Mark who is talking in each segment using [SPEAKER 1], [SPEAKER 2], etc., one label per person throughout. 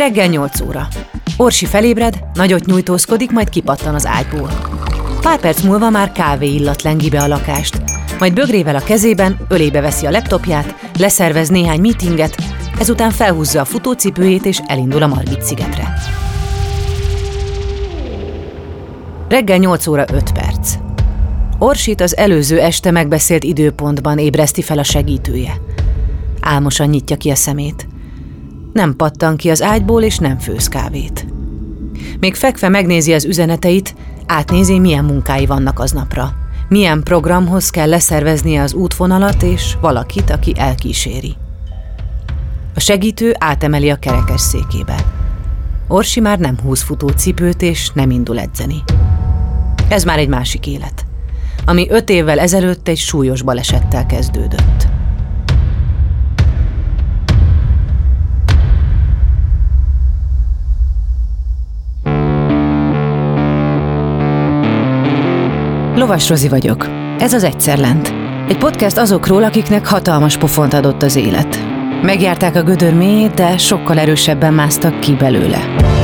[SPEAKER 1] Reggel 8 óra. Orsi felébred, nagyot nyújtózkodik, majd kipattan az ágyból. Pár perc múlva már kávé illat lengi be a lakást, majd bögrével a kezében ölébe veszi a laptopját, leszervez néhány meetinget, ezután felhúzza a futócipőjét és elindul a Margit-szigetre. Reggel 8 óra 5 perc. Orsit az előző este megbeszélt időpontban ébreszti fel a segítője. Álmosan nyitja ki a szemét. Nem pattan ki az ágyból, és nem főz kávét. Még fekve megnézi az üzeneteit, átnézi, milyen munkái vannak aznapra. Milyen programhoz kell leszerveznie az útvonalat és valakit, aki elkíséri. A segítő átemeli a kerekesszékébe. Orsi már nem húz futócipőt és nem indul edzeni. Ez már egy másik élet, ami 5 évvel ezelőtt egy súlyos balesettel kezdődött. Lovas Rozi vagyok. Ez az Egyszer Lent. Egy podcast azokról, akiknek hatalmas pofont adott az élet. Megjárták a gödör mélyét, de sokkal erősebben másztak ki belőle.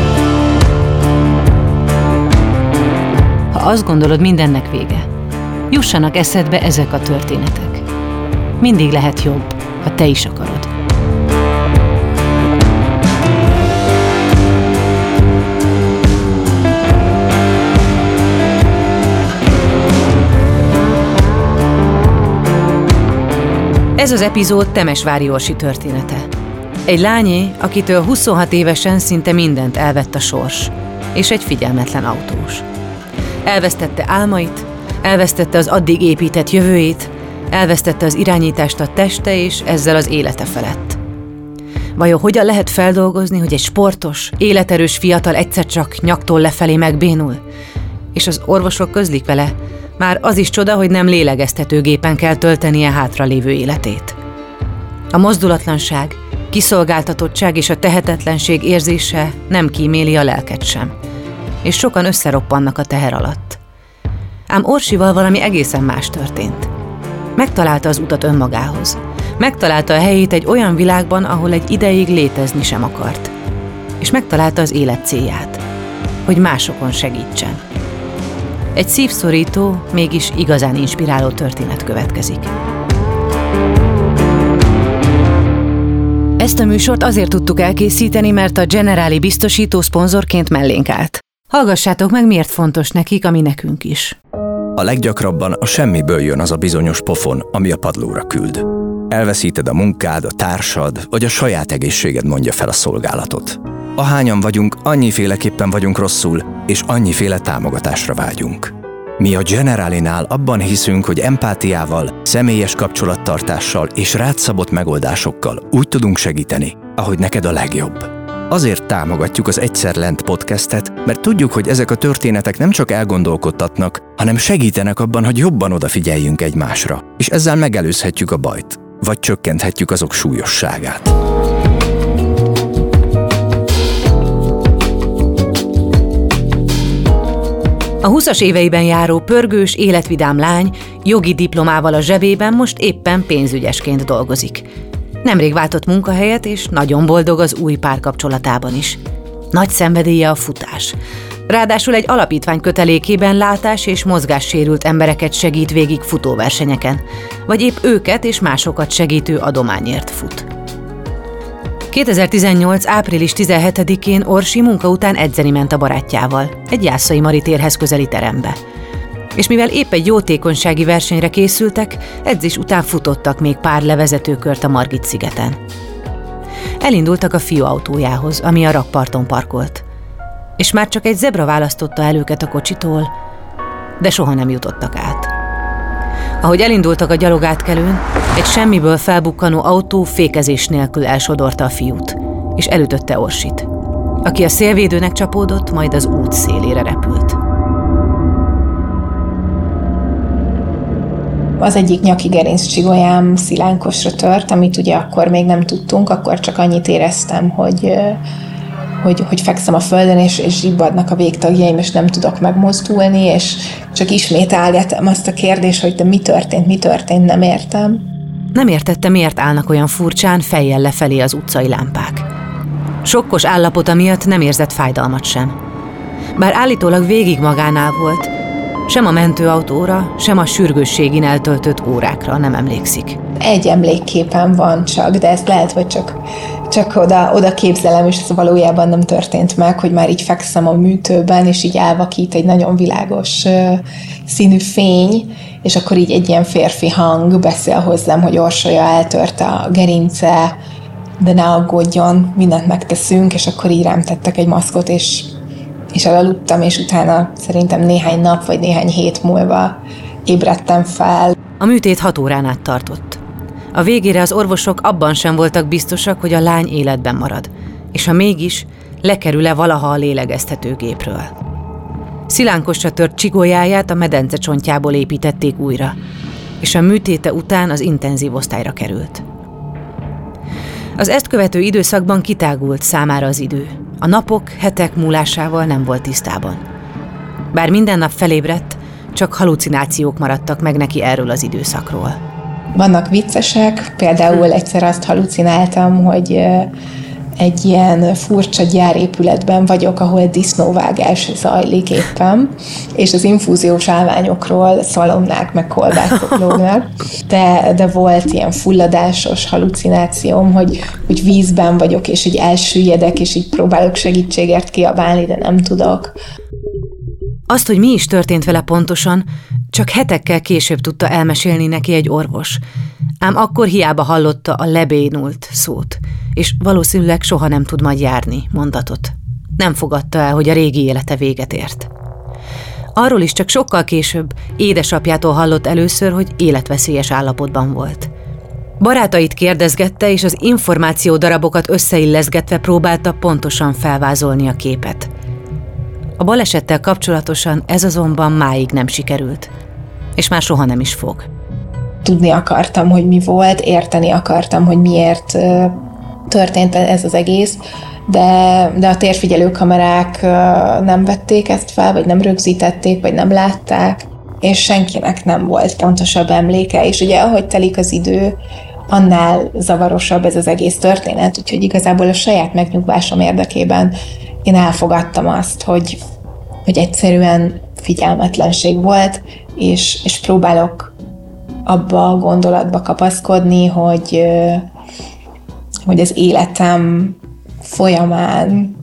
[SPEAKER 1] Ha azt gondolod, mindennek vége, jussanak eszedbe ezek a történetek. Mindig lehet jobb, ha te is akarod. Ez az epizód Temesvári Orsi története. Egy lányé, akitől 26 évesen szinte mindent elvett a sors, és egy figyelmetlen autós. Elvesztette álmait, elvesztette az addig épített jövőjét, elvesztette az irányítást a teste és ezzel az élete felett. Vajon hogyan lehet feldolgozni, hogy egy sportos, életerős fiatal egyszer csak nyaktól lefelé megbénul? És az orvosok közlik vele, már az is csoda, hogy nem lélegeztetőgépen kell töltenie hátralévő életét. A mozdulatlanság, kiszolgáltatottság és a tehetetlenség érzése nem kíméli a lelket sem, és sokan összeroppannak a teher alatt. Ám Orsival valami egészen más történt. Megtalálta az utat önmagához. Megtalálta a helyét egy olyan világban, ahol egy ideig létezni sem akart. És megtalálta az élet célját, hogy másokon segítsen. Egy szívszorító, mégis igazán inspiráló történet következik. Ezt a műsort azért tudtuk elkészíteni, mert a Generali biztosító szponzorként mellénk állt. Hallgassátok meg, miért fontos nekik, ami nekünk is.
[SPEAKER 2] A leggyakrabban a semmiből jön az a bizonyos pofon, ami a padlóra küld. Elveszíted a munkád, a társad, vagy a saját egészséged mondja fel a szolgálatot. Ahányan vagyunk, annyiféleképpen vagyunk rosszul, és annyiféle támogatásra vágyunk. Mi a Generalinál abban hiszünk, hogy empátiával, személyes kapcsolattartással és rád szabott megoldásokkal úgy tudunk segíteni, ahogy neked a legjobb. Azért támogatjuk az Egyszer Lent podcastet, mert tudjuk, hogy ezek a történetek nem csak elgondolkodtatnak, hanem segítenek abban, hogy jobban odafigyeljünk egymásra, és ezzel megelőzhetjük a bajt, vagy csökkenthetjük azok súlyosságát.
[SPEAKER 1] A 20-as éveiben járó pörgős, életvidám lány jogi diplomával a zsebében most éppen pénzügyesként dolgozik. Nemrég váltott munkahelyet, és nagyon boldog az új párkapcsolatában is. Nagy szenvedélye a futás. Ráadásul egy alapítvány kötelékében látás- és mozgássérült embereket segít végig futóversenyeken, vagy épp őket és másokat segítő adományért fut. 2018. április 17-én Orsi munka után edzeni ment a barátjával, egy Jászai Mari térhez közeli terembe. És mivel épp egy jótékonysági versenyre készültek, edzés után futottak még pár levezetőkört a Margit-szigeten. Elindultak a fiú autójához, ami a rakparton parkolt. És már csak egy zebra választotta el őket a kocsitól, de soha nem jutottak át. Ahogy elindultak a gyalogátkelőn, egy semmiből felbukkanó autó fékezés nélkül elsodorta a fiút, és elütötte Orsit, aki a szélvédőnek csapódott, majd az út szélére repült.
[SPEAKER 3] Az egyik nyaki gerinccsigolyám szilánkosra tört, amit ugye akkor még nem tudtunk, akkor csak annyit éreztem, hogy fekszem a földön, és zsibbadnak a végtagjaim, és nem tudok megmozdulni, és csak ismételgetem azt a kérdést, hogy de mi történt, nem értem.
[SPEAKER 1] Nem értette, miért állnak olyan furcsán fejjel lefelé az utcai lámpák. Sokkos állapota miatt nem érzett fájdalmat sem. Bár állítólag végig magánál volt, sem a mentőautóra, sem a sürgősségin eltöltött órákra nem emlékszik.
[SPEAKER 3] Egy emlékképem van csak, de ezt lehet, hogy csak oda képzelem, és ez valójában nem történt meg, hogy már így fekszem a műtőben, és így elvakít egy nagyon világos színű fény, és akkor így egy ilyen férfi hang beszél hozzám, hogy Orsolya, eltörte a gerince, de ne aggódjon, mindent megteszünk, és akkor így rám tettek egy maszkot, és elaludtam, és utána szerintem néhány nap, vagy néhány hét múlva ébredtem fel.
[SPEAKER 1] A műtét 6 órán át tartott. A végére az orvosok abban sem voltak biztosak, hogy a lány életben marad, és ha mégis, lekerül-e valaha a lélegeztetőgépről. Szilánkosra tört csigójáját a medence csontjából építették újra, és a műtéte után az intenzív osztályra került. Az ezt követő időszakban kitágult számára az idő. A napok, hetek múlásával nem volt tisztában. Bár minden nap felébredt, csak halucinációk maradtak meg neki erről az időszakról.
[SPEAKER 3] Vannak viccesek, például egyszer azt halucináltam, hogy egy ilyen furcsa gyárépületben vagyok, ahol disznóvágás zajlik éppen, és az infúziós állványokról szalonnák meg kolbászok lógnak, de volt ilyen fulladásos halucinációm, hogy vízben vagyok, és így elsüllyedek, és így próbálok segítségért kiabálni, de nem tudok.
[SPEAKER 1] Azt, hogy mi is történt vele pontosan, csak hetekkel később tudta elmesélni neki egy orvos, ám akkor hiába hallotta a lebénult szót, és valószínűleg soha nem tud majd járni mondatot. Nem fogadta el, hogy a régi élete véget ért. Arról is csak sokkal később édesapjától hallott először, hogy életveszélyes állapotban volt. Barátait kérdezgette, és az információ darabokat összeilleszgetve próbálta pontosan felvázolni a képet. A balesettel kapcsolatosan ez azonban máig nem sikerült, és már soha nem is fog.
[SPEAKER 3] Tudni akartam, hogy mi volt, érteni akartam, hogy miért történt ez az egész, de a térfigyelő kamerák nem vették ezt fel, vagy nem rögzítették, vagy nem látták, és senkinek nem volt pontosabb emléke, és ugye ahogy telik az idő, annál zavarosabb ez az egész történet, úgyhogy igazából a saját megnyugvásom érdekében én elfogadtam azt, hogy egyszerűen figyelmetlenség volt, és próbálok abba a gondolatba kapaszkodni, hogy az életem folyamán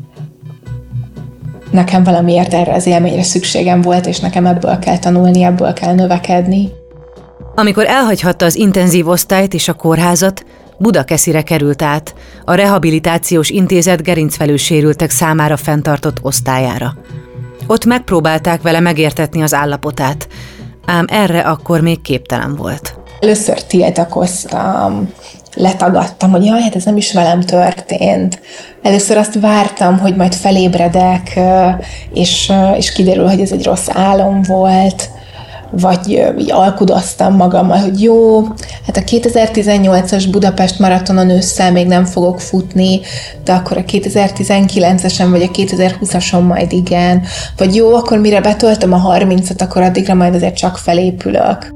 [SPEAKER 3] nekem valamiért erre az élményre szükségem volt, és nekem ebből kell tanulni, ebből kell növekedni.
[SPEAKER 1] Amikor elhagyhatta az intenzív osztályt és a kórházat, Budakeszire került át, a rehabilitációs intézet gerincvelősérültek számára fenntartott osztályára. Ott megpróbálták vele megértetni az állapotát, ám erre akkor még képtelen volt.
[SPEAKER 3] Először tiltakoztam, letagadtam, hogy jaj, hát ez nem is velem történt. Először azt vártam, hogy majd felébredek, és kiderül, hogy ez egy rossz álom volt, vagy így alkudoztam magammal, hogy jó, hát a 2018-as Budapest maratonon ősszel még nem fogok futni, de akkor a 2019-esen vagy a 2020-ason majd igen, vagy jó, akkor mire betöltöm a 30-at, akkor addigra majd azért csak felépülök.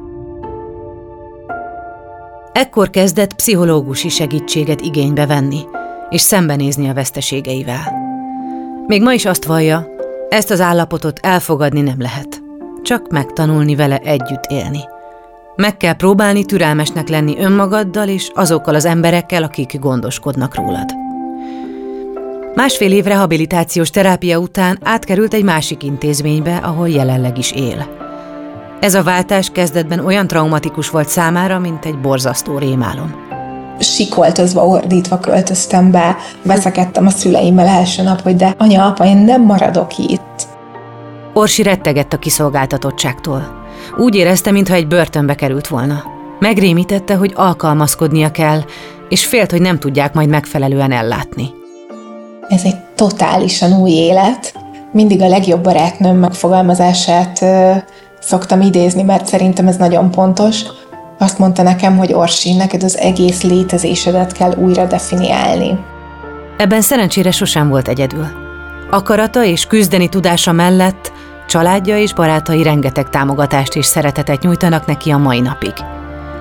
[SPEAKER 1] Ekkor kezdett pszichológusi segítséget igénybe venni, és szembenézni a veszteségeivel. Még ma is azt vallja, ezt az állapotot elfogadni nem lehet, csak megtanulni vele együtt élni. Meg kell próbálni türelmesnek lenni önmagaddal és azokkal az emberekkel, akik gondoskodnak rólad. 1,5 év rehabilitációs terápia után átkerült egy másik intézménybe, ahol jelenleg is él. Ez a váltás kezdetben olyan traumatikus volt számára, mint egy borzasztó rémálom.
[SPEAKER 3] Sikoltozva, ordítva költöztem be, veszekedtem a szüleimmel első nap, hogy de anya, apa, én nem maradok itt.
[SPEAKER 1] Orsi rettegett a kiszolgáltatottságtól. Úgy érezte, mintha egy börtönbe került volna. Megrémítette, hogy alkalmazkodnia kell, és félt, hogy nem tudják majd megfelelően ellátni.
[SPEAKER 3] Ez egy totálisan új élet. Mindig a legjobb barátnőm megfogalmazását szoktam idézni, mert szerintem ez nagyon pontos. Azt mondta nekem, hogy Orsi, neked az egész létezésedet kell újra definiálni.
[SPEAKER 1] Ebben szerencsére sosem volt egyedül. Akarata és küzdeni tudása mellett családja és barátai rengeteg támogatást és szeretetet nyújtanak neki a mai napig.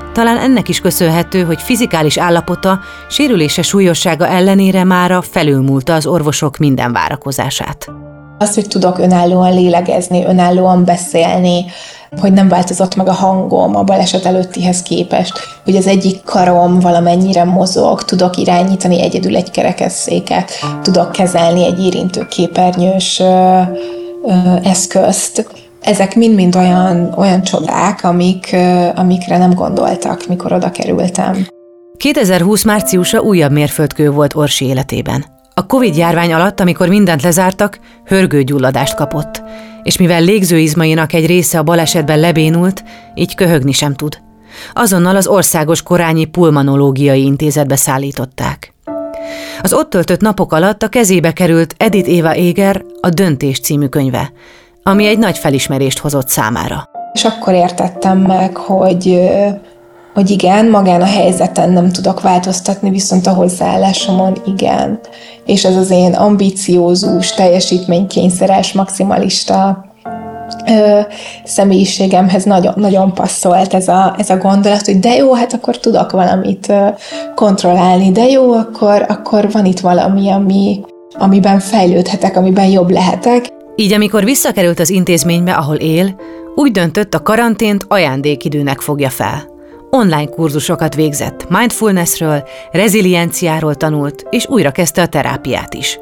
[SPEAKER 1] Talán ennek is köszönhető, hogy fizikális állapota, sérülése súlyossága ellenére mára felülmúlta az orvosok minden várakozását.
[SPEAKER 3] Az, hogy tudok önállóan lélegezni, önállóan beszélni, hogy nem változott meg a hangom a baleset előttihez képest, hogy az egyik karom valamennyire mozog, tudok irányítani egyedül egy kerekesszéket, tudok kezelni egy érintőképernyős eszközt. Ezek mind-mind olyan csodák, amikre nem gondoltak, mikor oda kerültem.
[SPEAKER 1] 2020 márciusa újabb mérföldkő volt Orsi életében. A Covid-járvány alatt, amikor mindent lezártak, hörgőgyulladást kapott, és mivel légzőizmainak egy része a balesetben lebénult, így köhögni sem tud. Azonnal az Országos Korányi Pulmonológiai Intézetbe szállították. Az ott töltött napok alatt a kezébe került Edith Eva Eger A Döntés című könyve, ami egy nagy felismerést hozott számára.
[SPEAKER 3] És akkor értettem meg, hogy igen, magán a helyzeten nem tudok változtatni, viszont a hozzáállásomon igen. És ez az én ambiciózus, teljesítménykényszeres, maximalista személyiségemhez nagyon, nagyon passzolt ez a gondolat, hogy de jó, hát akkor tudok valamit kontrollálni, de jó, akkor van itt valami, amiben fejlődhetek, amiben jobb lehetek.
[SPEAKER 1] Így amikor visszakerült az intézménybe, ahol él, úgy döntött, a karantént ajándékidőnek fogja fel. Online kurzusokat végzett, mindfulnessről, rezilienciáról tanult, és újra kezdte a terápiát is.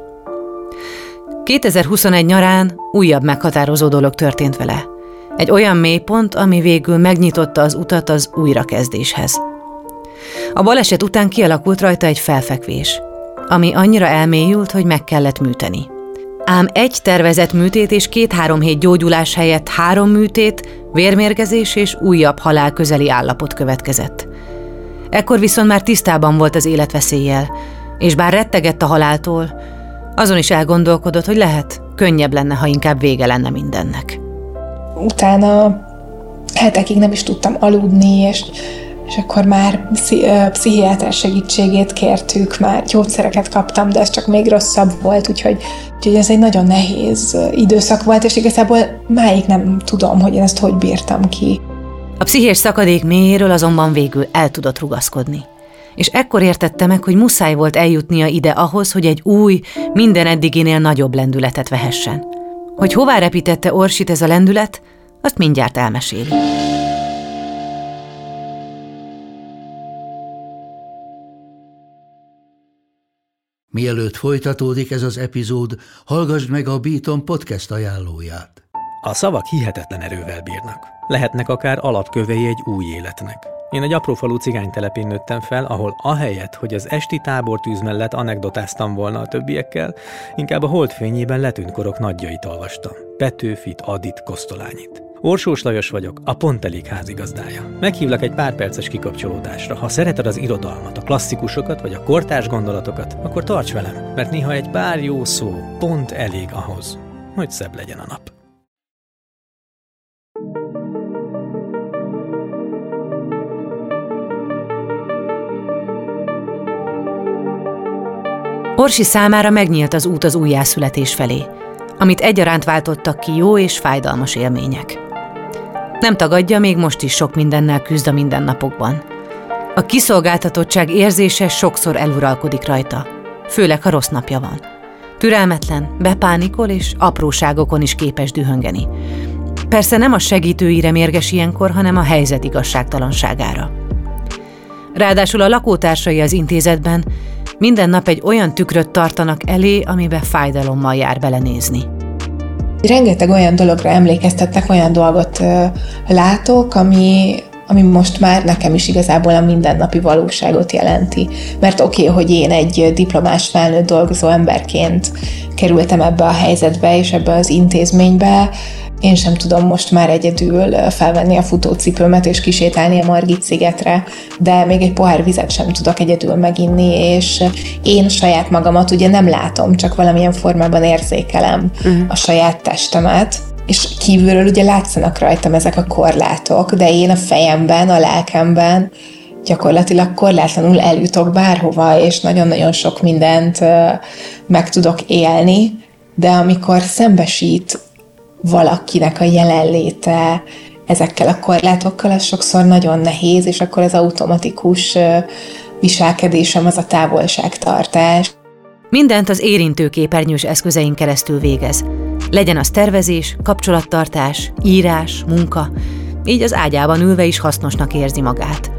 [SPEAKER 1] 2021 nyarán újabb meghatározó dolog történt vele. Egy olyan mélypont, ami végül megnyitotta az utat az újrakezdéshez. A baleset után kialakult rajta egy felfekvés, ami annyira elmélyült, hogy meg kellett műteni. Ám egy tervezett műtét és 2-3 hét gyógyulás helyett 3 műtét, vérmérgezés és újabb halálközeli állapot következett. Ekkor viszont már tisztában volt az életveszéllyel, és bár rettegett a haláltól, azon is elgondolkodott, hogy lehet, könnyebb lenne, ha inkább vége lenne mindennek.
[SPEAKER 3] Utána hetekig nem is tudtam aludni, és akkor már pszichiáter segítségét kértük, már gyógyszereket kaptam, de ez csak még rosszabb volt, úgyhogy ez egy nagyon nehéz időszak volt, és igazából máig nem tudom, hogy én ezt hogy bírtam ki.
[SPEAKER 1] A pszichés szakadék mélyéről azonban végül el tudott rugaszkodni. És ekkor értette meg, hogy muszáj volt eljutnia ide ahhoz, hogy egy új, minden eddiginél nagyobb lendületet vehessen. Hogy hová repítette Orsit ez a lendület, azt mindjárt elmeséli.
[SPEAKER 4] Mielőtt folytatódik ez az epizód, hallgassd meg a Beaton podcast ajánlóját.
[SPEAKER 5] A szavak hihetetlen erővel bírnak. Lehetnek akár alapkövei egy új életnek. Én egy aprófalu cigánytelepén nőttem fel, ahol ahelyett, hogy az esti tábortűz mellett anekdotáztam volna a többiekkel, inkább a holdfényében letűnt korok nagyjait olvastam. Petőfit, Adit, Kosztolányit. Orsós Lajos vagyok, a Pont Elég házigazdája. Meghívlak egy pár perces kikapcsolódásra. Ha szereted az irodalmat, a klasszikusokat vagy a kortárs gondolatokat, akkor tarts velem, mert néha egy pár jó szó pont elég ahhoz, hogy szebb legyen a nap.
[SPEAKER 1] Orsi számára megnyílt az út az újjászületés felé, amit egyaránt váltottak ki jó és fájdalmas élmények. Nem tagadja, még most is sok mindennel küzd a mindennapokban. A kiszolgáltatottság érzése sokszor eluralkodik rajta, főleg ha rossz napja van. Türelmetlen, bepánikol és apróságokon is képes dühöngeni. Persze nem a segítőire mérges ilyenkor, hanem a helyzet igazságtalanságára. Ráadásul a lakótársai az intézetben minden nap egy olyan tükröt tartanak elé, amiben fájdalommal jár belenézni.
[SPEAKER 3] Rengeteg olyan dologra emlékeztettek, olyan dolgot látok, ami most már nekem is igazából a mindennapi valóságot jelenti. Mert oké, hogy én egy diplomás felnőtt dolgozó emberként kerültem ebbe a helyzetbe és ebbe az intézménybe, én sem tudom most már egyedül felvenni a futócipőmet és kisétálni a Margit szigetre, de még egy pohár vizet sem tudok egyedül meginni, és én saját magamat ugye nem látom, csak valamilyen formában érzékelem a saját testemet, és kívülről ugye látszanak rajtam ezek a korlátok, de én a fejemben, a lelkemben gyakorlatilag korlátlanul eljutok bárhova, és nagyon-nagyon sok mindent meg tudok élni, de amikor szembesít valakinek a jelenléte ezekkel a korlátokkal, az sokszor nagyon nehéz, és akkor az automatikus viselkedésem az a távolságtartás.
[SPEAKER 1] Mindent az érintő képernyős eszközein keresztül végez. Legyen az tervezés, kapcsolattartás, írás, munka, így az ágyában ülve is hasznosnak érzi magát.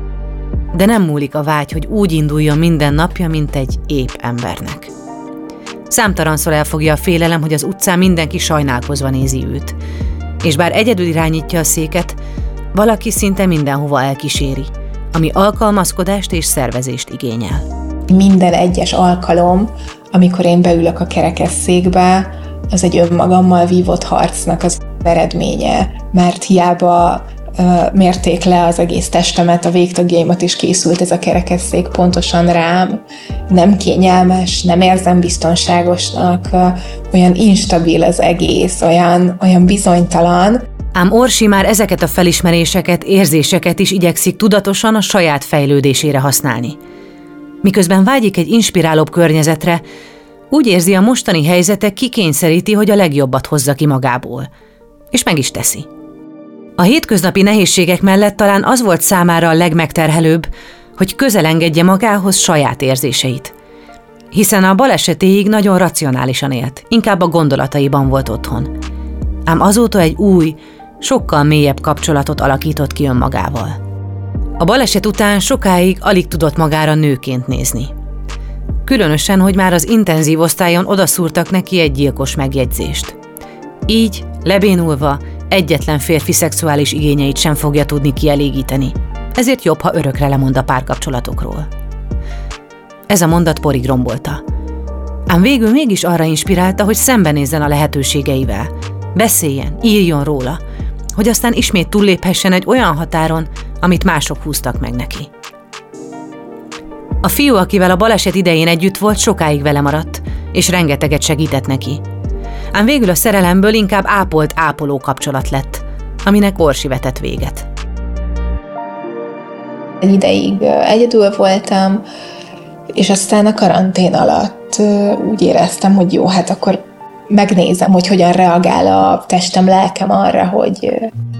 [SPEAKER 1] De nem múlik a vágy, hogy úgy induljon minden napja, mint egy épp embernek. Számtalanszor elfogja a félelem, hogy az utcán mindenki sajnálkozva nézi őt. És bár egyedül irányítja a széket, valaki szinte mindenhova elkíséri, ami alkalmazkodást és szervezést igényel.
[SPEAKER 3] Minden egyes alkalom, amikor én beülök a kerekesszékbe, az egy önmagammal vívott harcnak az eredménye, mert hiába mérték le az egész testemet, a végtagjaimat is készült ez a kerekesszék pontosan rám. Nem kényelmes, nem érzem biztonságosnak, olyan instabil az egész, olyan bizonytalan.
[SPEAKER 1] Ám Orsi már ezeket a felismeréseket, érzéseket is igyekszik tudatosan a saját fejlődésére használni. Miközben vágyik egy inspirálóbb környezetre, úgy érzi, a mostani helyzete kikényszeríti, hogy a legjobbat hozza ki magából. És meg is teszi. A hétköznapi nehézségek mellett talán az volt számára a legmegterhelőbb, hogy közel engedje magához saját érzéseit. Hiszen a balesetéig nagyon racionálisan élt, inkább a gondolataiban volt otthon. Ám azóta egy új, sokkal mélyebb kapcsolatot alakított ki önmagával. A baleset után sokáig alig tudott magára nőként nézni. Különösen, hogy már az intenzív osztályon odaszúrtak neki egy gyilkos megjegyzést. Így, lebénulva, egyetlen férfi szexuális igényeit sem fogja tudni kielégíteni, ezért jobb, ha örökre lemond a párkapcsolatokról. Ez a mondat porig rombolta. Ám végül mégis arra inspirálta, hogy szembenézzen a lehetőségeivel, beszéljen, írjon róla, hogy aztán ismét túlléphessen egy olyan határon, amit mások húztak meg neki. A fiú, akivel a baleset idején együtt volt, sokáig vele maradt, és rengeteget segített neki. Ám végül a szerelemből inkább ápolt-ápoló kapcsolat lett, aminek Orsi vetett véget.
[SPEAKER 3] Egy ideig egyedül voltam, és aztán a karantén alatt úgy éreztem, hogy jó, hát akkor megnézem, hogy hogyan reagál a testem, lelkem arra, hogy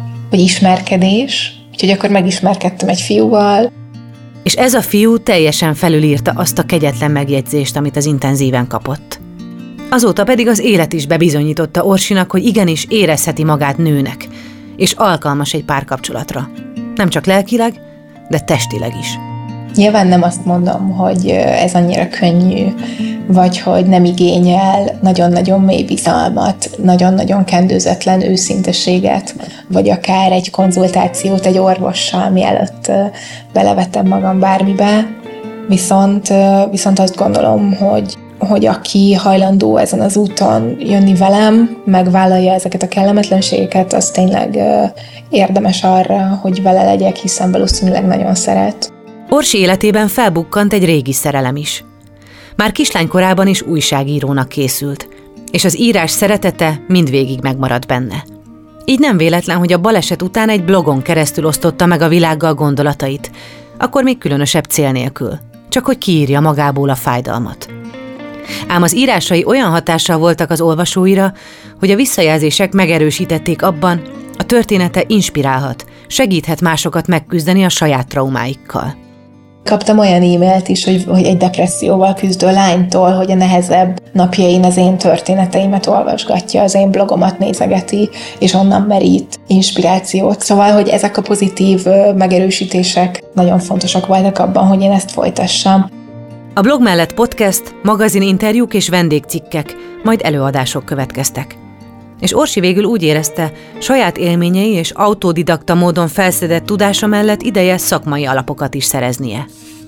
[SPEAKER 3] ismerkedés. Úgyhogy akkor megismerkedtem egy fiúval.
[SPEAKER 1] És ez a fiú teljesen felülírta azt a kegyetlen megjegyzést, amit az intenzíven kapott. Azóta pedig az élet is bebizonyította Orsinak, hogy igenis érezheti magát nőnek, és alkalmas egy párkapcsolatra. Nem csak lelkileg, de testileg is.
[SPEAKER 3] Nyilván nem azt mondom, hogy ez annyira könnyű, vagy hogy nem igényel nagyon-nagyon mély bizalmat, nagyon-nagyon kendőzetlen őszinteséget, vagy akár egy konzultációt egy orvossal, mielőtt belevettem magam bármibe. Viszont azt gondolom, hogy aki hajlandó ezen az úton jönni velem, megvállalja ezeket a kellemetlenségeket, az tényleg érdemes arra, hogy vele legyek, hiszen valószínűleg nagyon szeret.
[SPEAKER 1] Orsi életében felbukkant egy régi szerelem is. Már kislánykorában is újságírónak készült, és az írás szeretete mindvégig megmaradt benne. Így nem véletlen, hogy a baleset után egy blogon keresztül osztotta meg a világgal gondolatait, akkor még különösebb cél nélkül, csak hogy kiírja magából a fájdalmat. Ám az írásai olyan hatással voltak az olvasóira, hogy a visszajelzések megerősítették abban, a története inspirálhat, segíthet másokat megküzdeni a saját traumáikkal.
[SPEAKER 3] Kaptam olyan e-mailt is, hogy egy depresszióval küzdő lánytól, hogy a nehezebb napjain az én történeteimet olvasgatja, az én blogomat nézegeti, és onnan merít inspirációt. Szóval, hogy ezek a pozitív megerősítések nagyon fontosak voltak abban, hogy én ezt folytassam.
[SPEAKER 1] A blog mellett podcast, magazininterjúk és vendégcikkek, majd előadások következtek. És Orsi végül úgy érezte, saját élményei és autodidakta módon felszedett tudása mellett ideje szakmai alapokat is szereznie.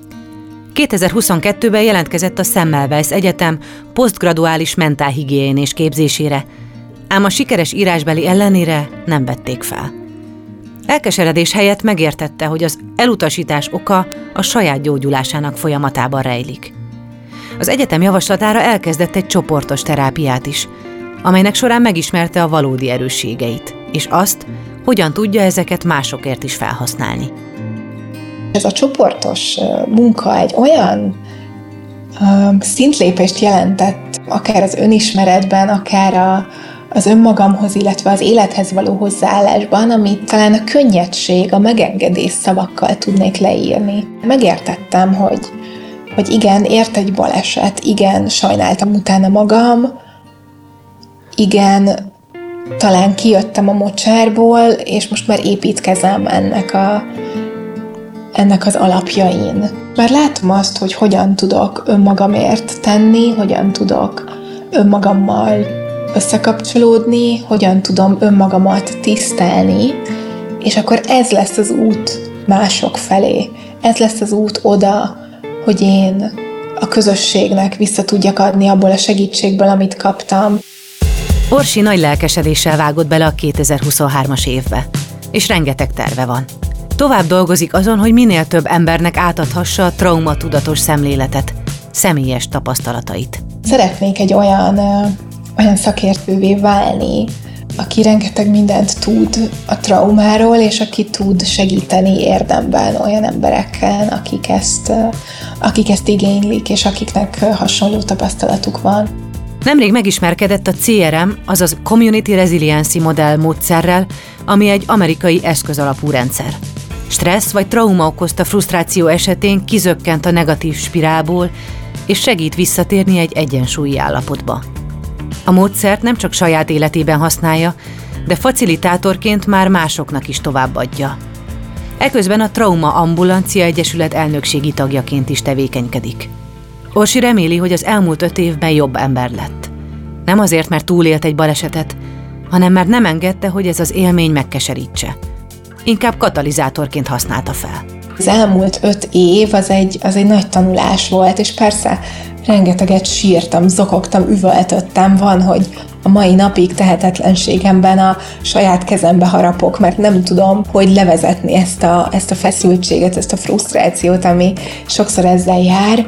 [SPEAKER 1] 2022-ben jelentkezett a Semmelweis Egyetem posztgraduális mentálhigiénés képzésére, ám a sikeres írásbeli ellenére nem vették fel. Elkeseredés helyett megértette, hogy az elutasítás oka a saját gyógyulásának folyamatában rejlik. Az egyetem javaslatára elkezdett egy csoportos terápiát is, amelynek során megismerte a valódi erősségeit, és azt, hogyan tudja ezeket másokért is felhasználni.
[SPEAKER 3] Ez a csoportos munka egy olyan szintlépést jelentett, akár az önismeretben, akár az önmagamhoz, illetve az élethez való hozzáállásban, amit talán a könnyedség, a megengedés szavakkal tudnék leírni. Megértettem, hogy igen, ért egy baleset, igen, sajnáltam utána magam, igen, talán kijöttem a mocsárból, és most már építkezem ennek az alapjain. Már látom azt, hogy hogyan tudok önmagamért tenni, hogyan tudok önmagammal összekapcsolódni, hogyan tudom önmagamat tisztelni, és akkor ez lesz az út mások felé. Ez lesz az út oda, hogy én a közösségnek vissza tudjak adni abból a segítségből, amit kaptam.
[SPEAKER 1] Orsi nagy lelkesedéssel vágott bele a 2023-as évbe, és rengeteg terve van. Tovább dolgozik azon, hogy minél több embernek átadhassa a traumatudatos szemléletet, személyes tapasztalatait.
[SPEAKER 3] Szeretnék egy olyan szakértővé válni, aki rengeteg mindent tud a traumáról, és aki tud segíteni érdemben olyan emberekkel, akik ezt igénylik, és akiknek hasonló tapasztalatuk van.
[SPEAKER 1] Nemrég megismerkedett a CRM, azaz Community Resiliency modell módszerrel, ami egy amerikai eszközalapú rendszer. Stressz vagy trauma okozta frusztráció esetén kizökkent a negatív spirálból, és segít visszatérni egy egyensúlyi állapotba. A módszert nem csak saját életében használja, de facilitátorként már másoknak is továbbadja. Eközben a Trauma Ambulancia Egyesület elnökségi tagjaként is tevékenykedik. Orsi reméli, hogy az elmúlt 5 évben jobb ember lett. Nem azért, mert túlélt egy balesetet, hanem mert nem engedte, hogy ez az élmény megkeserítse. Inkább katalizátorként használta fel.
[SPEAKER 3] Az elmúlt 5 év az egy nagy tanulás volt, és persze rengeteget sírtam, zokogtam, üvöltöttem, van, hogy a mai napig tehetetlenségemben a saját kezembe harapok, mert nem tudom, hogy levezetni ezt a feszültséget, ezt a frusztrációt, ami sokszor ezzel jár,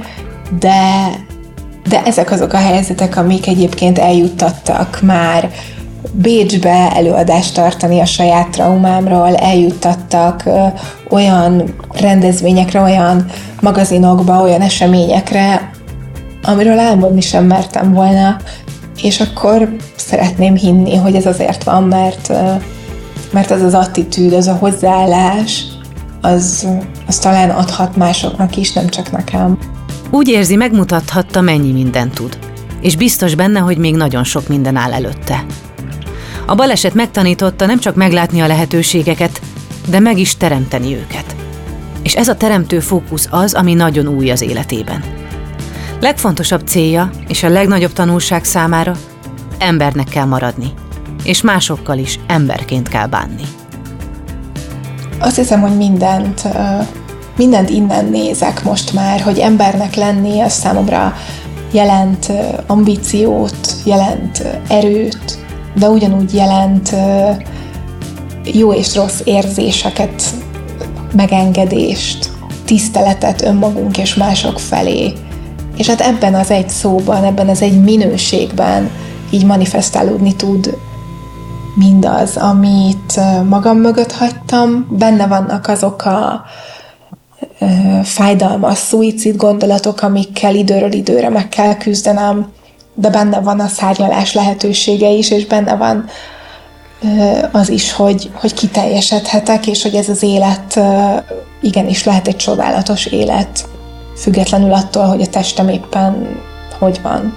[SPEAKER 3] de ezek azok a helyzetek, amik egyébként eljuttattak már Bécsbe előadást tartani a saját traumámról, eljuttattak olyan rendezvényekre, olyan magazinokba, olyan eseményekre, amiről álmodni sem mertem volna, és akkor szeretném hinni, hogy ez azért van, mert az az attitűd, az a hozzáállás, az talán adhat másoknak is, nem csak nekem.
[SPEAKER 1] Úgy érzi, megmutathatta, mennyi mindent tud, és biztos benne, hogy még nagyon sok minden áll előtte. A baleset megtanította nem csak meglátni a lehetőségeket, de meg is teremteni őket. És ez a teremtő fókusz az, ami nagyon új az életében. Legfontosabb célja, és a legnagyobb tanulság számára, embernek kell maradni, és másokkal is emberként kell bánni.
[SPEAKER 3] Azt hiszem, hogy mindent innen nézek most már, hogy embernek lenni az számomra jelent ambíciót, jelent erőt, de ugyanúgy jelent jó és rossz érzéseket, megengedést, tiszteletet önmagunk és mások felé. És hát ebben az egy szóban, ebben az egy minőségben így manifestálódni tud mindaz, amit magam mögött hagytam. Benne vannak azok a fájdalmas szuicid gondolatok, amikkel időről időre meg kell küzdenem, de benne van a szárnyalás lehetősége is, és benne van az is, hogy kiteljesedhetek, és hogy ez az élet igenis lehet egy csodálatos élet, függetlenül attól, hogy a testem éppen hogy van.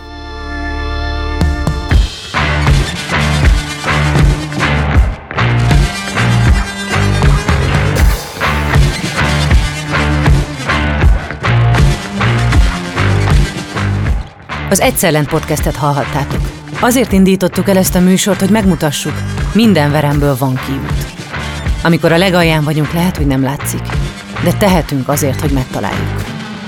[SPEAKER 1] Az Egyszerlent podcastet hallhattátok. Azért indítottuk el ezt a műsort, hogy megmutassuk, minden veremből van kiút. Amikor a legalján vagyunk, lehet, hogy nem látszik, de tehetünk azért, hogy megtaláljuk.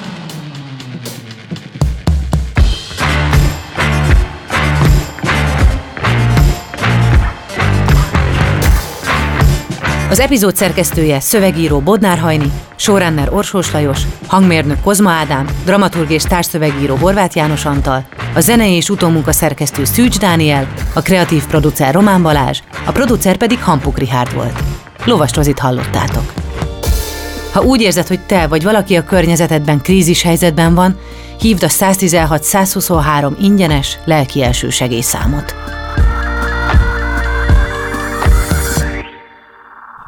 [SPEAKER 1] Az epizód szerkesztője, szövegíró Bodnár Hajni, showrunner Orsós Lajos, hangmérnök Kozma Ádám, dramaturg és társszövegíró Horváth János Antal, a zenei és utómunka szerkesztő Szűcs Dániel, a kreatív producer Román Balázs, a producer pedig Hampuk Richárd volt. Lovas Rozit hallottátok. Ha úgy érzed, hogy te vagy valaki a környezetedben krízis helyzetben van, hívd a 116-123 ingyenes lelki elsősegélyszámot.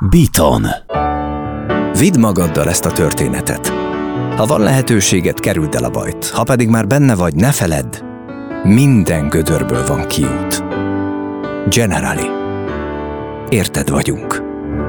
[SPEAKER 6] Béton.
[SPEAKER 2] Vidd magaddal ezt a történetet. Ha van lehetőséged, kerüld el a bajt. Ha pedig már benne vagy, ne feledd, minden gödörből van kiút. Generali. Érted vagyunk.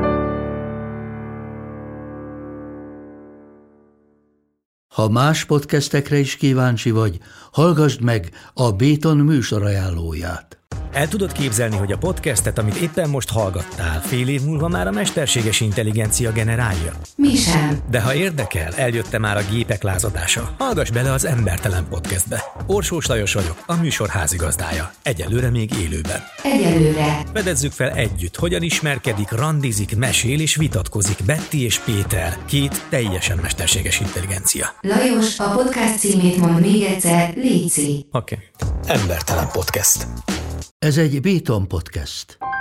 [SPEAKER 4] Ha más podcastekre is kíváncsi vagy, hallgassd meg a Béton műsor ajánlóját.
[SPEAKER 6] El tudod képzelni, hogy a podcastet, amit éppen most hallgattál, fél év múlva már a mesterséges intelligencia generálja?
[SPEAKER 1] Mi sem.
[SPEAKER 6] De ha érdekel, eljött már a gépek lázadása. Hallgass bele az Embertelen Podcastbe. Orsós Lajos vagyok, a műsor házigazdája. Egyelőre még élőben.
[SPEAKER 1] Egyelőre.
[SPEAKER 6] Fedezzük fel együtt, hogyan ismerkedik, randizik, mesél és vitatkozik Betty és Péter, két teljesen mesterséges intelligencia.
[SPEAKER 1] Lajos, a podcast címét mond még egyszer, léci.
[SPEAKER 6] Oké. Embertelen Podcast.
[SPEAKER 4] Ez egy Béton podcast.